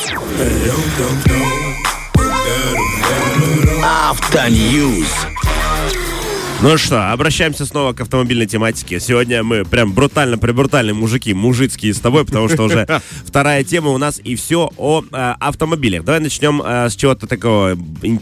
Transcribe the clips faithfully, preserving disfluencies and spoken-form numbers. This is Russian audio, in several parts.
Автоньюз. Ну что, обращаемся снова к автомобильной тематике. Сегодня мы прям брутально-прибрутальные мужики, мужицкие с тобой, потому что уже вторая тема у нас, и все о э, автомобилях. Давай начнем э, с чего-то такого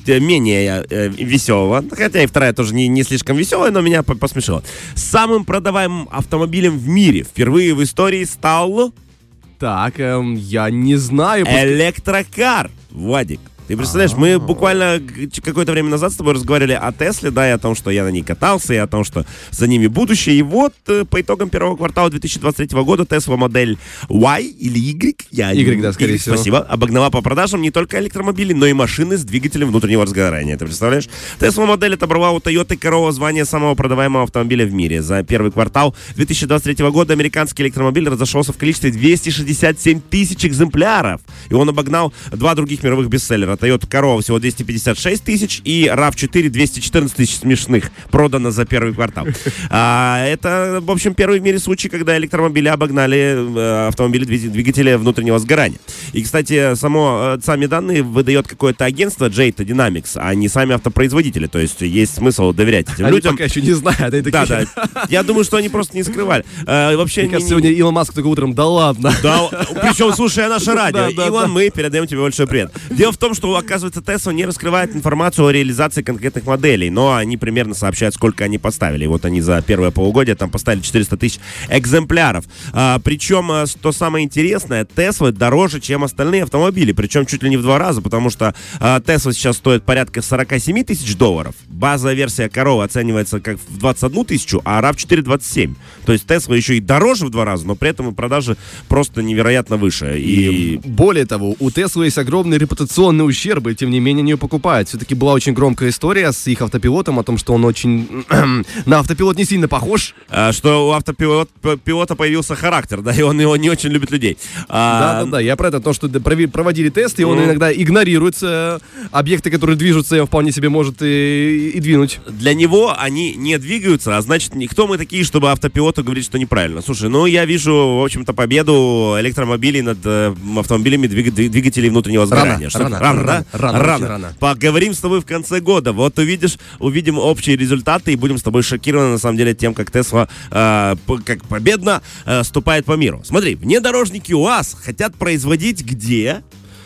менее э, веселого. Хотя и вторая тоже не, не слишком веселая, но меня посмешило. Самым продаваемым автомобилем в мире впервые в истории стал... Так, эм, я не знаю. Электрокар, Владик. Ты представляешь, мы буквально какое-то время назад с тобой разговаривали о Тесле, да, и о том, что я на ней катался, и о том, что за ними будущее. И вот по итогам первого квартала две тысячи двадцать третьего года Tesla модель Y или Y, я Y, да, скорее Y, всего. Спасибо, обогнала по продажам не только электромобили, но и машины с двигателем внутреннего сгорания. Ты представляешь? Tesla модель отобрала у Toyota Corolla звание самого продаваемого автомобиля в мире. За первый квартал две тысячи двадцать третьего года американский электромобиль разошелся в количестве двести шестьдесят семь тысяч экземпляров. И он обогнал два других мировых бестселлера. Toyota Corolla всего двести пятьдесят шесть тысяч и рав четыре двести четырнадцать тысяч смешных продано за первый квартал. А, это, в общем, первый в мире случай, когда электромобили обогнали э, автомобили двигателя внутреннего сгорания. И, кстати, само, сами данные выдает какое-то агентство J-T Dynamics, а не сами автопроизводители. То есть есть смысл доверять этим они людям. Пока еще не знают. Такие... Да, да. Я думаю, что они просто не скрывали. А, вообще, Мне не, кажется, не... сегодня Илон Маск только утром, да ладно. Да, причем слушая наше радио. Да, да, Илон, да. мы передаем тебе большой привет. Дело в том, что, оказывается, Tesla не раскрывает информацию о реализации конкретных моделей, но они примерно сообщают, сколько они поставили. И вот они за первое полугодие там поставили четыреста тысяч экземпляров. А, причем, что самое интересное, Tesla дороже, чем остальные автомобили. Причем чуть ли не в два раза, потому что а, Tesla сейчас стоит порядка сорок семь тысяч долларов. Базовая версия Corolla оценивается как в двадцать одну тысячу, а рав четыре двадцать семь. То есть Tesla еще и дороже в два раза, но при этом и продажи просто невероятно выше. И, И более того, у Tesla есть огромные репутационные ущербы, и тем не менее они ее покупают. Все-таки была очень громкая история с их автопилотом о том, что он очень на автопилот не сильно похож. а, что у автопилота появился характер, да, и он его не очень любит людей. А, Да-да-да, я про это, то, что проводили тесты, и он mm. иногда игнорирует э, объекты, которые движутся, и он вполне себе может и, и двинуть. Для него они не двигаются, а значит, никто мы такие, чтобы автопилоту говорить, что неправильно. Слушай, ну я вижу, в общем-то, победу электромобилей над э, автомобилями двиг, двигателей внутреннего сгорания. Рано, рано, рано, да? рано, рано. рано. Поговорим с тобой в конце года. Вот увидишь, увидим общие результаты и будем с тобой шокированы, на самом деле, тем, как Tesla э, по, как победно э, ступает по миру. Смотри, внедорожники УАЗ хотят производить где?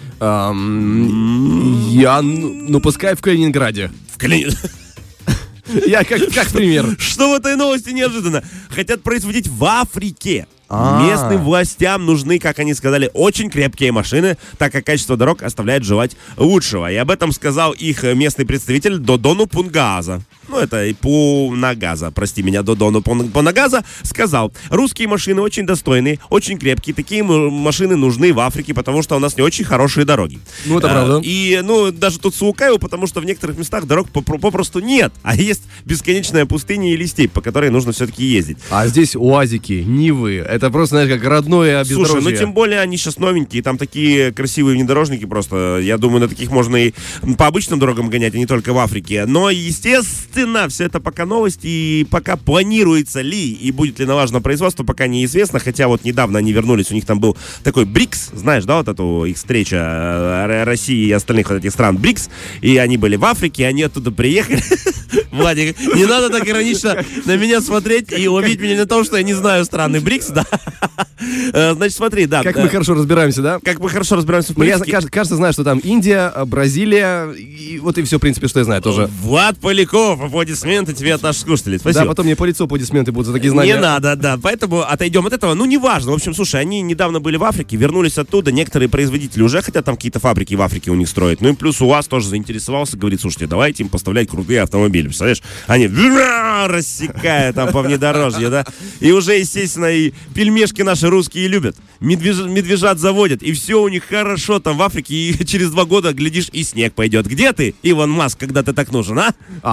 Um, я, ну, пускай в Калининграде. В Калининграде. Я как, как пример. Что в этой новости неожиданно? Хотят производить в Африке. А-а-а. Местным властям нужны, как они сказали, очень крепкие машины, так как качество дорог оставляет желать лучшего. И об этом сказал их местный представитель Додону Пунгаза. Ну, это и Пунагаза, прости меня, Додону Пунгаза сказал: русские машины очень достойные, очень крепкие. Такие машины нужны в Африке, потому что у нас не очень хорошие дороги. Ну, это а, правда. И, ну, даже тут слукавил, потому что в некоторых местах дорог попросту нет, а есть бесконечная пустыня или степь, по которой нужно все-таки ездить. А здесь УАЗики, Нивы, это просто, знаешь, как родное бездорожье. Слушай, ну тем более они сейчас новенькие, там такие красивые внедорожники просто. Я думаю, на таких можно и по обычным дорогам гонять, а не только в Африке. Но, естественно, все это пока новости, и пока планируется ли и будет ли налажено производство, пока неизвестно. Хотя вот недавно они вернулись, у них там был такой БРИКС, знаешь, да, вот эту их встреча России и остальных вот этих стран БРИКС, и они были в Африке, они оттуда приехали. Владик, не надо так иронично на меня смотреть и ловить меня на том, что я не знаю страны БРИКС, да. Значит, смотри, да. Как мы хорошо разбираемся, да? Как мы хорошо разбираемся в политике. политике. Я, кажется, кажется, знаю, что там Индия, Бразилия, и вот и все, в принципе, что я знаю тоже. Влад Поляков, аплодисменты тебе от наших слушателей. Спасибо. Да, потом мне по лицу аплодисменты будут за такие знания. Не надо, да. Поэтому отойдем от этого. Ну, неважно. В общем, слушай, они недавно были в Африке, вернулись оттуда. Некоторые производители уже хотят там какие-то фабрики в Африке у них строить. Ну и плюс УАЗ тоже заинтересовался, говорит: слушайте, давайте им поставлять крутые автомобили. Представляешь? Они рассекают там по внедорожью, да? И уже, естественно, и пельмешки наши русские любят. Медвеж... Медвежат заводят, и все у них хорошо там в Африке, и через два года, глядишь, и снег пойдет. Где ты, Илон Маск, когда ты так нужен, а? А, так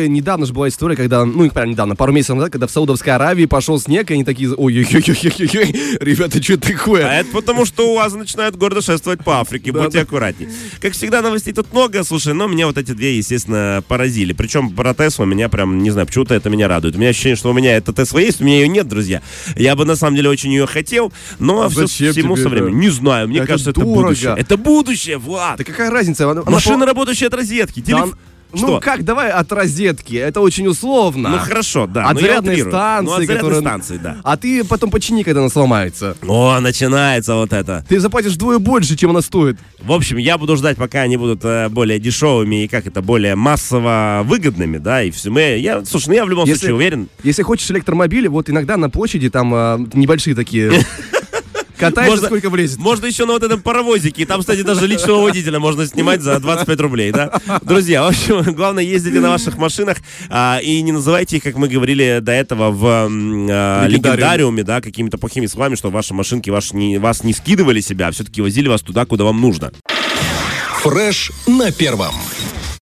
недавно же была история, когда, ну, прям недавно, пару месяцев назад, когда в Саудовской Аравии пошел снег, и они такие, ой-ой-ой-ой-ой, ребята, что такое? А это потому, что УАЗы начинают гордо шествовать по Африке, Да, будьте да. аккуратнее. Как всегда, новостей тут много, слушай, но меня вот эти две, естественно, поразили. Причем про Теслу меня прям, не знаю, почему-то это меня радует. У меня ощущение, что у меня эта Тесла есть, у меня ее нет, друзья. Я бы, на самом деле, очень ее хотел, но все, Зачем всему тебе со временем. это? Не знаю, мне Это кажется, это дорого. будущее. Это будущее, Влад. Да какая разница? Она- она Машина, по- работающая от розетки. Да, Телеф- Ну Что? как, давай от розетки, это очень условно. Ну хорошо, да. От но я зарядной утрирую. станции, Ну, от зарядной которая- станции, да. А ты потом почини, когда она сломается. О, начинается вот это. Ты заплатишь вдвое больше, чем она стоит. В общем, я буду ждать, пока они будут э, более дешевыми и как это, более массово выгодными, да, и все. Мы, я, слушай, ну я в любом Если- случае уверен. Если хочешь электромобили, вот иногда на площади там а, небольшие такие... Катаешься, сколько влезет. Можно еще на вот этом паровозике. И там, кстати, даже личного водителя можно снимать за двадцать пять рублей, да? Друзья, в общем, главное, ездите на ваших машинах а, и не называйте их, как мы говорили до этого, в м, а, Легендариуме. легендариуме, да, какими-то плохими словами, что ваши машинки ваши не, вас не скидывали себя, а все-таки возили вас туда, куда вам нужно. Фреш на первом.